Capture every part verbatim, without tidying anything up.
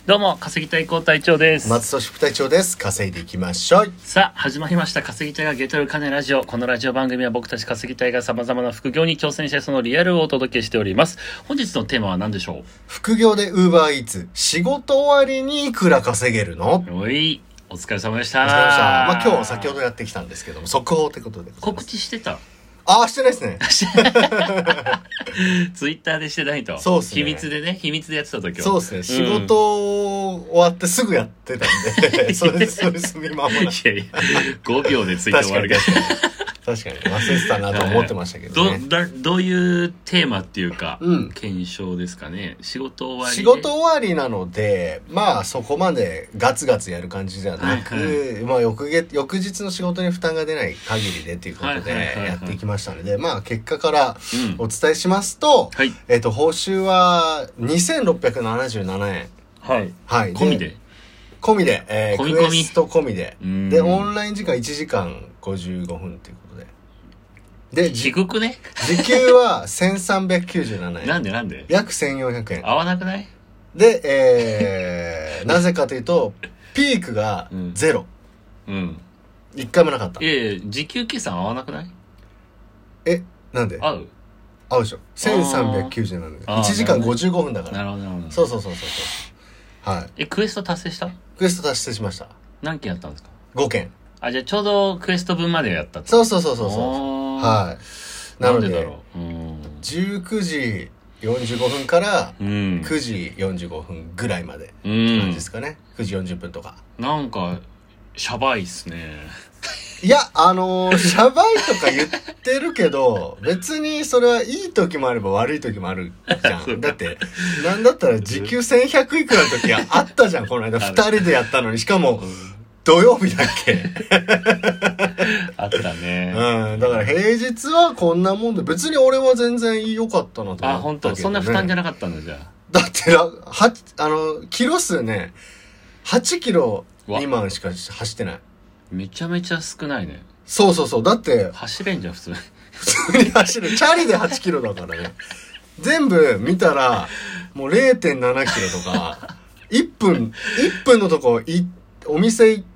どうも稼ぎたい高隊長です。 松戸副隊長です。稼いでいきましょう。 さあ始まりました稼ぎたいがゲットる金ラジオ。このラジオ番組は僕たち稼ぎたいが様々な副業に挑戦してそのリアルをお届けしております。本日のテーマは何でしょう。 副業で Uber Eats、仕事終わりにいくら稼げるの。 おいお疲れ様でした。 お疲れ様でした。まあ今日先ほどやってきたんですけども速報ってことで告知してた。 ああしてないですね。 ツイッターでしてないと。 そうですね。 秘密でね、秘密でやってた時は。 そうですね。仕事終わってすぐやってたんで、それでそれすみまもない。いやいや、 ごびょうでツイート終わるから。 確かに忘れてたなと思ってましたけどね。 どだどういうテーマっていうか、 うん、 検証ですかね。仕事終わりで。 仕事終わりなので、まあそこまでガツガツやる感じではなく、はいはい、まあ翌月翌日の仕事に負担が出ない限りでということでやっていきましたので、まあ結果からお伝えしますと、うんはい、えっと報酬はにせんろっぴゃくななじゅうななえん。 はい。 はい。 込みで。 込みで、えー、 込み込みクエスト込みで、でオンライン時間いちじかんごじゅうごふんということで。で、 低くね時給はせんさんびゃくきゅうじゅうななえん。 なんでなんで約せんよんひゃくえん。 合わなくないで、えー、なぜかというと、ピークがゼロ。うん。一回もなかった。 いやいや、時給計算合わなくない。 え、なんで合う合うでしょ。せんさんびゃくきゅうじゅうななえん。いちじかんごじゅうごふんだから。 なるほど、なるほど。 そうそうそうそう。はい。 え、クエスト達成したクエスト達成しました。 何件やったんですか ? ご 件。 あ、じゃあちょうどクエスト分までやったって。 そうそうそうそうそう。はい。なので、 なんでだろう。うん、 じゅうくじよんじゅうごふんからくじよんじゅうごふんぐらいまでって感じですかね。くじよんじゅっぷんとか。 なんか、シャバいっすね。 いや、あのー、シャバいとか言ってるけど、別にそれはいい時もあれば悪い時もあるじゃん。だって、なんだったら時給せんひゃくいくらの時はあったじゃん、この間。二人でやったのに。しかも、土曜日だっけあったね。 うん。だから平日はこんなもんで、別に俺は全然良かったなと思ったけど、ね。 あ、本当そんな負担じゃなかったんだ、じゃあ。 だって、は、あの、キロ数ね、はちキロ未満しか走ってない。 めちゃめちゃ少ないね。 そうそうそう。だって、 走れんじゃん、普通に。 普通に走る。チャリではちキロだからね。全部見たら、もう れいてんななキロとか、いっぷん、いっぷんのとこ、い、お店行って、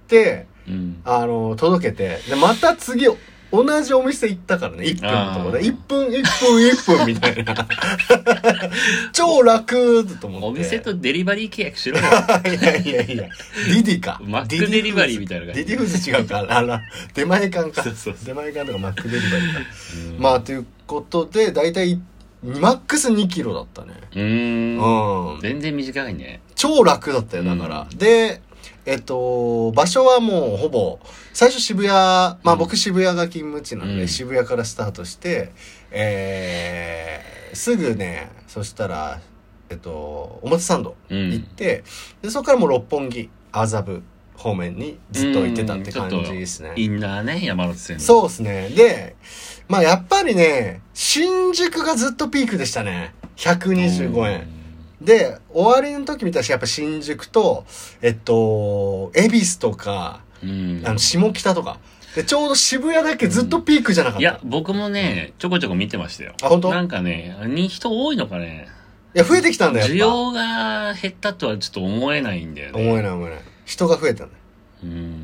うん、あの、届けて、で、また次、同じお店行ったからね、いっぷんのとこで。いっぷん、いっぷん、いっぷんみたいな。超楽と思って。 お店とデリバリー契約しろよ。 いやいやいや、ディディか。 マックデリバリーみたいな感じ。 ディディフーズ違うか。あら、出前館か。そうそう出前館とかマックデリバリーか。まあ、ということで、だいたい、マックスにキロだったね。 うーん。うん。全然短いね。 超楽だったよ、だから。で、えっと、場所はもうほぼ、最初渋谷、まあ僕渋谷が勤務地なので、うん、渋谷からスタートして、えー、すぐね、そしたら、えっと、表参道行って、うん、でそこからもう六本木、麻布方面にずっと行ってたって感じですね。 インナーね、山手線。 そうですね。で、まあやっぱりね、新宿がずっとピークでしたね。ひゃくにじゅうごえん。で、終わりの時見たらやっぱ新宿と、えっと、恵比寿とか、うん、あの、下北とか。で、ちょうど渋谷だけずっとピークじゃなかった。うん、 いや、僕もね、ちょこちょこ見てましたよ。 あ、本当？ なんかね、に人多いのかね。 いや、増えてきたんだよ、やっぱ。 需要が減ったとはちょっと思えないんだよね。 思えない思えない。人が増えたんだよ。 うん。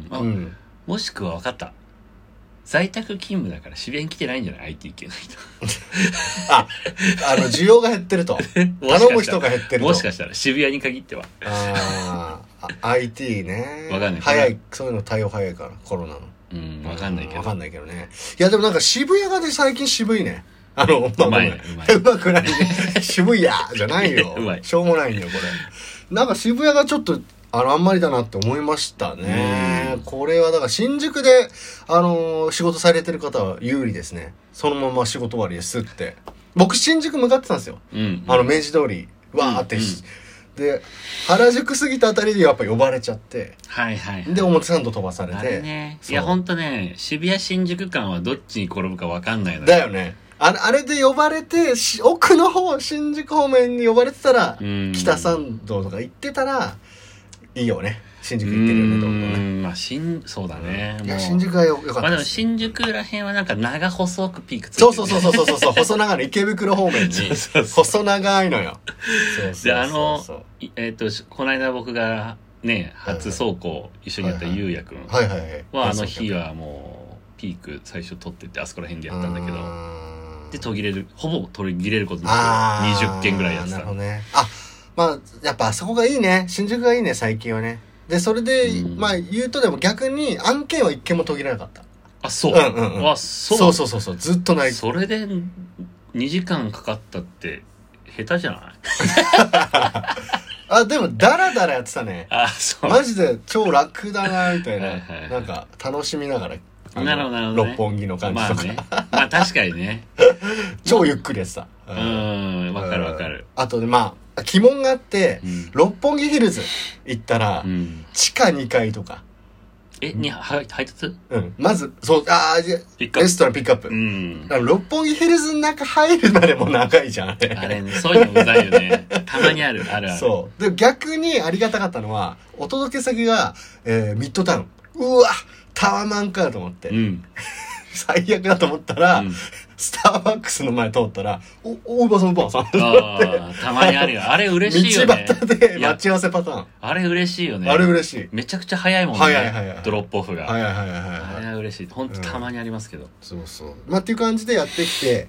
あ、うん、もしくは分かった。在宅勤務だから渋谷に来てないんじゃない？ アイティー 系の人。 あ、あの、需要が減ってると。頼む人が減ってると。 もしかしたら渋谷に限っては。 ああ、アイティー ね。 わかんない。 早い、そういうの対応早いから、コロナの。 うん、わかんないけど。 わかんないけどね。いや、でもなんか渋谷がで最近渋いね。あの、 まあ、うまい、ね。 うまい。うまくないね。渋いやじゃないよ。 うまい。 しょうもないんよ、これ。なんか渋谷がちょっと、あの、あんまりだなって思いましたね。これはだから新宿で、あのー、仕事されてる方は有利ですね。そのまま仕事終わりですって。僕新宿向かってたんですよ。うんうん、あの、明治通り、わーって、うんうん、で、原宿過ぎたあたりでやっぱ呼ばれちゃって。 はいはい、はい。 で、表参道飛ばされて。あれね。いや、ほんとね、渋谷新宿間はどっちに転ぶかわかんないのだよね。あれ、あれで呼ばれて、奥の方、新宿方面に呼ばれてたら、北参道とか行ってたら、 いいよね。新宿行ってるよね、どんどんね。 うん、まあ新そうだね、 うん、いやもう新宿はよよかったです、 まあでも新宿らへんはなんか長細くピークついてる、ね、 そうそうそうそうそうそう細長いの池袋方面にそうそうそう細長いのよ。そうそうそうそう。 であのいえっ、とこの間僕がね初走行一緒にやったゆうやくんはいはいはいはあの日はもうピーク最初取ってってあそこら辺でやったんだけどで途切れるほぼ途切れることなくにじゅっけんぐらいやってた。 なるほどね。あまあやっぱあそこがいいね。新宿がいいね最近はね。でそれで、うん、まあ言うとでも逆に案件は一件も途切れなかった。 あそう、 うんうんうん、 あそうそうそうそうそうずっとない。 それでにじかんかかったって下手じゃないあでもダラダラやってたね。 あそうマジで超楽だなみたいな、 はいはいはい、 なんか楽しみながらなるほどなるほど、ね、 六本木の感じとか、 まあねまあ確かにね超ゆっくりやってた。 うんわかるわかる。 あとでまあ疑問があって、うん、六本木ヒルズ行ったら、うん、地下にかいとかえに配達うんまずそうああレストランピックアップ、うん、六本木ヒルズの中入るまでも長いじゃんあれあれねそういうのうざいよねたまにあるあるある。 そうで逆にありがたかったのはお届け先が、えー、ミッドタウン。うわタワマンかと思って、うん、最悪だと思ったら、うん、スターバックスの前通ったらおおばさんおばさんってたまにあるよあれ嬉しいよね。 道端で待ち合わせパターンあれ嬉しいよね。 あれ嬉しい。 めちゃくちゃ早いもんね。 早い早い早いドロップオフが。 はいはいはいはい、はい、 あれは嬉しい。本当たまにありますけど、うん、 そうそうまあっていう感じでやってきて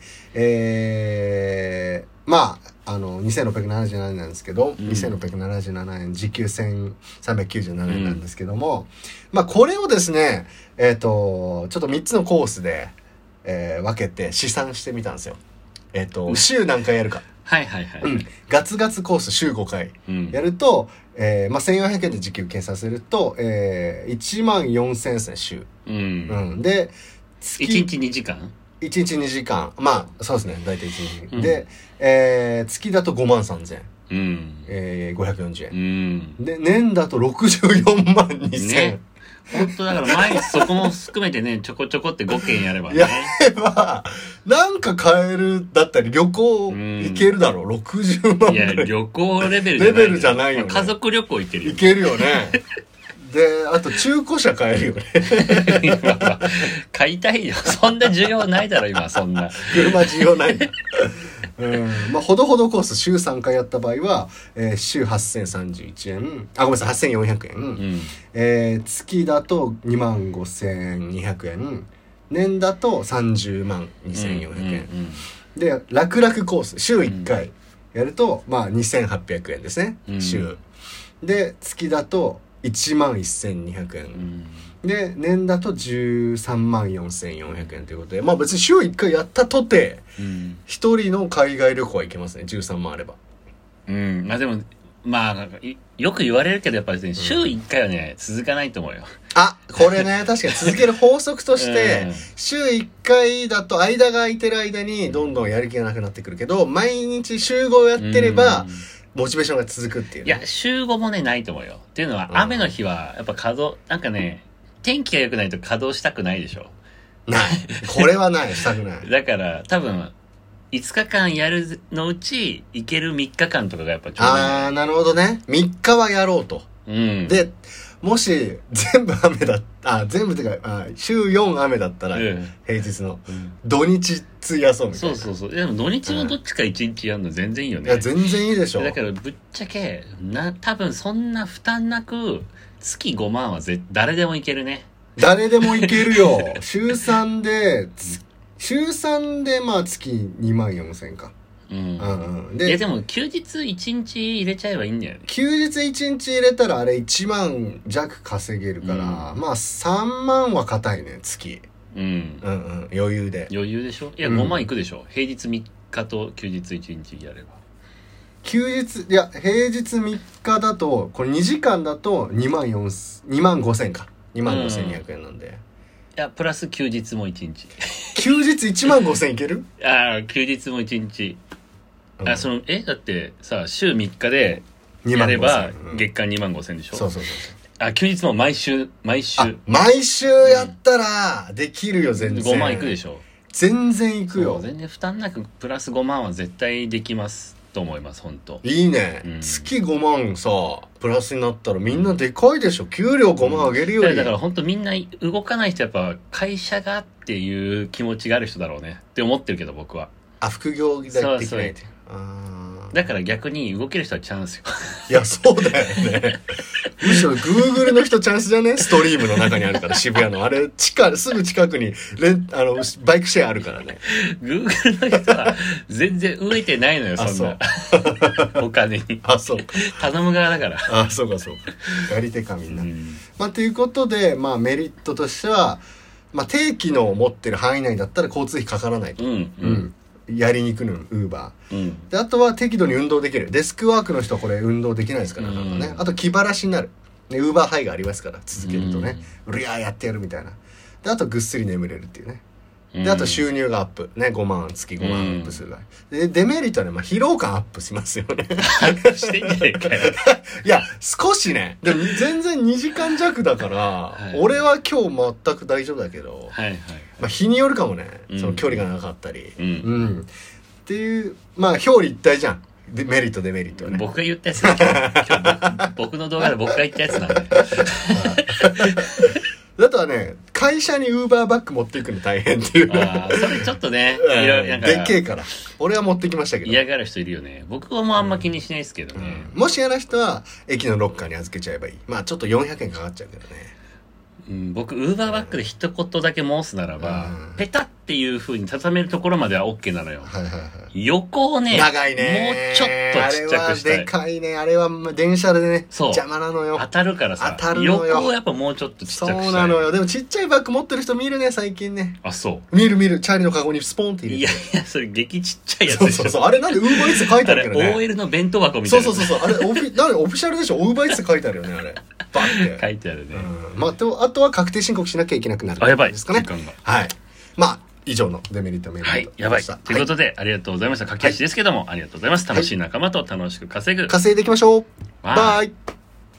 えー、まああのにせんろっぴゃくななじゅうななえんなんですけど、うん、にせんろっぴゃくななじゅうななえん時給せんさんびゃくきゅうじゅうななえんなんですけども、うん、まあこれをですねえっ、ー、とちょっとみっつのコースで、えー、分けて試算してみたんですよ。えっ、ー、と週何回やるかはいはいはい、 うん、ガツガツコース週ごかいやると、うんえーまあ、せんよんひゃくえんで時給計算すると、えー、いちまんよんせんえんですね週、 うんうん、で月いちにちにじかんいちにちにじかんまあそうですね大体いちにち、うん、で、えー、月だとごまんさんぜんえん、うんえー、ごひゃくよんじゅうえん、うん、で年だとろくじゅうよんまんにせんえん、ね本当だから毎日そこも含めてねちょこちょこってごけんやればねやればなんか買えるだったり旅行行けるだろう、うん、ろくじゅうまんぐらい。いや旅行レベルじゃないレベルじゃないよね。 家族旅行行けるよ行けるよねであと中古車買えるよね買いたいよそんな需要ないだろ今そんな車需要ないうんまあほどほどコース週さんかいやった場合は、えー、週はっせんさんじゅういちえんあごめんなさいはっせんよんひゃくえん、うんえー、月だとにまんごせんにひゃくえん年だとさんじゅうまんにせんよんひゃくえん、うんうんうん、で楽々コース週いっかいやると、まあにせんはっぴゃくえんですね、うん、週で月だといちまんせんにひゃくえん、うんで年だとじゅうさんまんよんせんよんひゃくえんということでまあ別に週いっかいやったとて一、うん、人の海外旅行は行けますねじゅうさんまんあれば。 うんまあでもまあよく言われるけどやっぱり、ねうん、週いっかいはね続かないと思うよ。 あこれね確かに続ける法則として、うん、週いっかいだと間が空いてる間にどんどんやる気がなくなってくるけど毎日週ごやってれば、うんモチベーションが続くっていう、ね、 いや週ごもねないと思うよ。っていうのは雨の日はやっぱ稼働なんかね天気が良くないと稼働したくないでしょ。 ないこれはないしたくないだから多分いつかかんやるのうちいけるみっかかんとかがやっぱちょうどいい。 ああなるほどねみっかはやろうと、うん、でもし全部雨だあ全部ってかあ週よん雨だったら、うん、平日の、うん、土日費やそうみたいな。 そうそうそうでも土日もどっちかいちにちやるの全然いいよね、 うん、いや全然いいでしょ。 だからぶっちゃけな多分そんな負担なく月ごまんはぜ誰でもいけるね。 誰でもいけるよ週さんで週さんでまあ月にまんよんせんかうん、 うんうん、でいやでも休日いちにち入れちゃえばいいんだよね。 休日いちにち入れたらあれいちまん弱稼げるから、うん、まあさんまんは硬いね月、うん、うんうん余裕で余裕でしょ。いやごまんいくでしょ、うん、平日みっかと休日いちにちやれば。 休日いや平日みっかだとこれにじかんだとにまんよんにまんごせんかにまんごせんにひゃくえんなんで、うん、いやプラス休日もいちにち休日いちまんごせんいけるああ休日もいちにち、うん、あそのえだってさ週みっかでやれば月間にまんごせんでしょ、うん、そうそうそうあ休日も毎週毎週毎週やったらできるよ全然ごまんいくでしょ。 全然いくよ。 全然負担なくプラスごまんは絶対できます。 と思います本当。 いいね、うん、月ごまんさプラスになったらみんなでかいでしょ。給料ごまん上げるより、うん、 だから本当みんな動かない人やっぱ会社がっていう気持ちがある人だろうねって思ってるけど僕は。 あ、副業できないって。そうそう、 あ、だから逆に動ける人はチャンスよ。 いやそうだよね。むしろ Google の人チャンスじゃね。ストリームの中にあるから渋谷のあれ地下すぐ近くにレンあのバイクシェアあるからね。 Google の人は全然飢えてないのよそんな。お金に。 あ、そうか。 頼む側だから。 あ、そうかそうか。やり手かみんな。うん、まあということでまあメリットとしては、まあ低機能を持ってる範囲内だったら交通費かからないと。うん、うん、やりにくのウーバー、うん、であとは適度に運動できる。デスクワークの人はこれ運動できないですから、うん、ね、あと気晴らしになる、ね、ウーバーハイがありますから続けるとね、うん、うりゃーやってやるみたいな。であとぐっすり眠れるっていうね。であと収入がアップね、ごまん月ごまんアップする、うん、でデメリットはね、まあ、疲労感アップしますよね。 してんじゃねえかよ。 いや少しね、でも全然にじかん弱だから、はい、俺は今日全く大丈夫だけど、はいはい、まあ、日によるかもね、その距離が長かったり、うん、うん、っていうまあ表裏一体じゃん。でメリットデメリットはね。 僕が言ったやつだけど今日僕の動画で僕が言ったやつなんで。 あとはね、会社にウーバーバッグ持っていくの大変っていう。 ああ、それちょっとね、いろいろなんかでっけえから。俺は持ってきましたけど。 嫌がる人いるよね。僕はもうあんま気にしないですけどね。 うん、もし嫌な人は駅のロッカーに預けちゃえばいい。まあちょっとよんひゃくえんかかっちゃうけどね。 うん、僕ウーバーバッグで一言だけ申すならば、うん、ペタっていう風に畳めるところまでは OK なのよ、はいはいはい、横をね長いねもうちょっとちっちゃくしたい。 あれはでかいね。あれは電車でね邪魔なのよ。 当たるからさ、 当たるのよ。 横をやっぱもうちょっとちっちゃくしたい。 そうなのよ。でもちっちゃいバッグ持ってる人見るね最近ね。 あ、そう見る見る。チャーリーのカゴにスポンって入れて。 いやいやそれ激ちっちゃいやつでしょ。 そうそうそう。あれなんでウーバーイーツ書いてあるけどね。 あれ オーエル の弁当箱みたいな。 そうそうそうそう。あれオフィなんでオフィシャルでしょ。ウーバーイーツ書いてあるよねあれ。バッて書いてあるね。 うん、まあとあとは確定申告しなきゃいけなくなる。 あ、やばいですかね。 時間が。 はい。まあ以上のデメリットメリット、 はい、やばい。ということで、はい、ありがとうございました。駆け足ですけども、はい、ありがとうございます。楽しい仲間と楽しく稼ぐ。 稼いでいきましょう。バイ。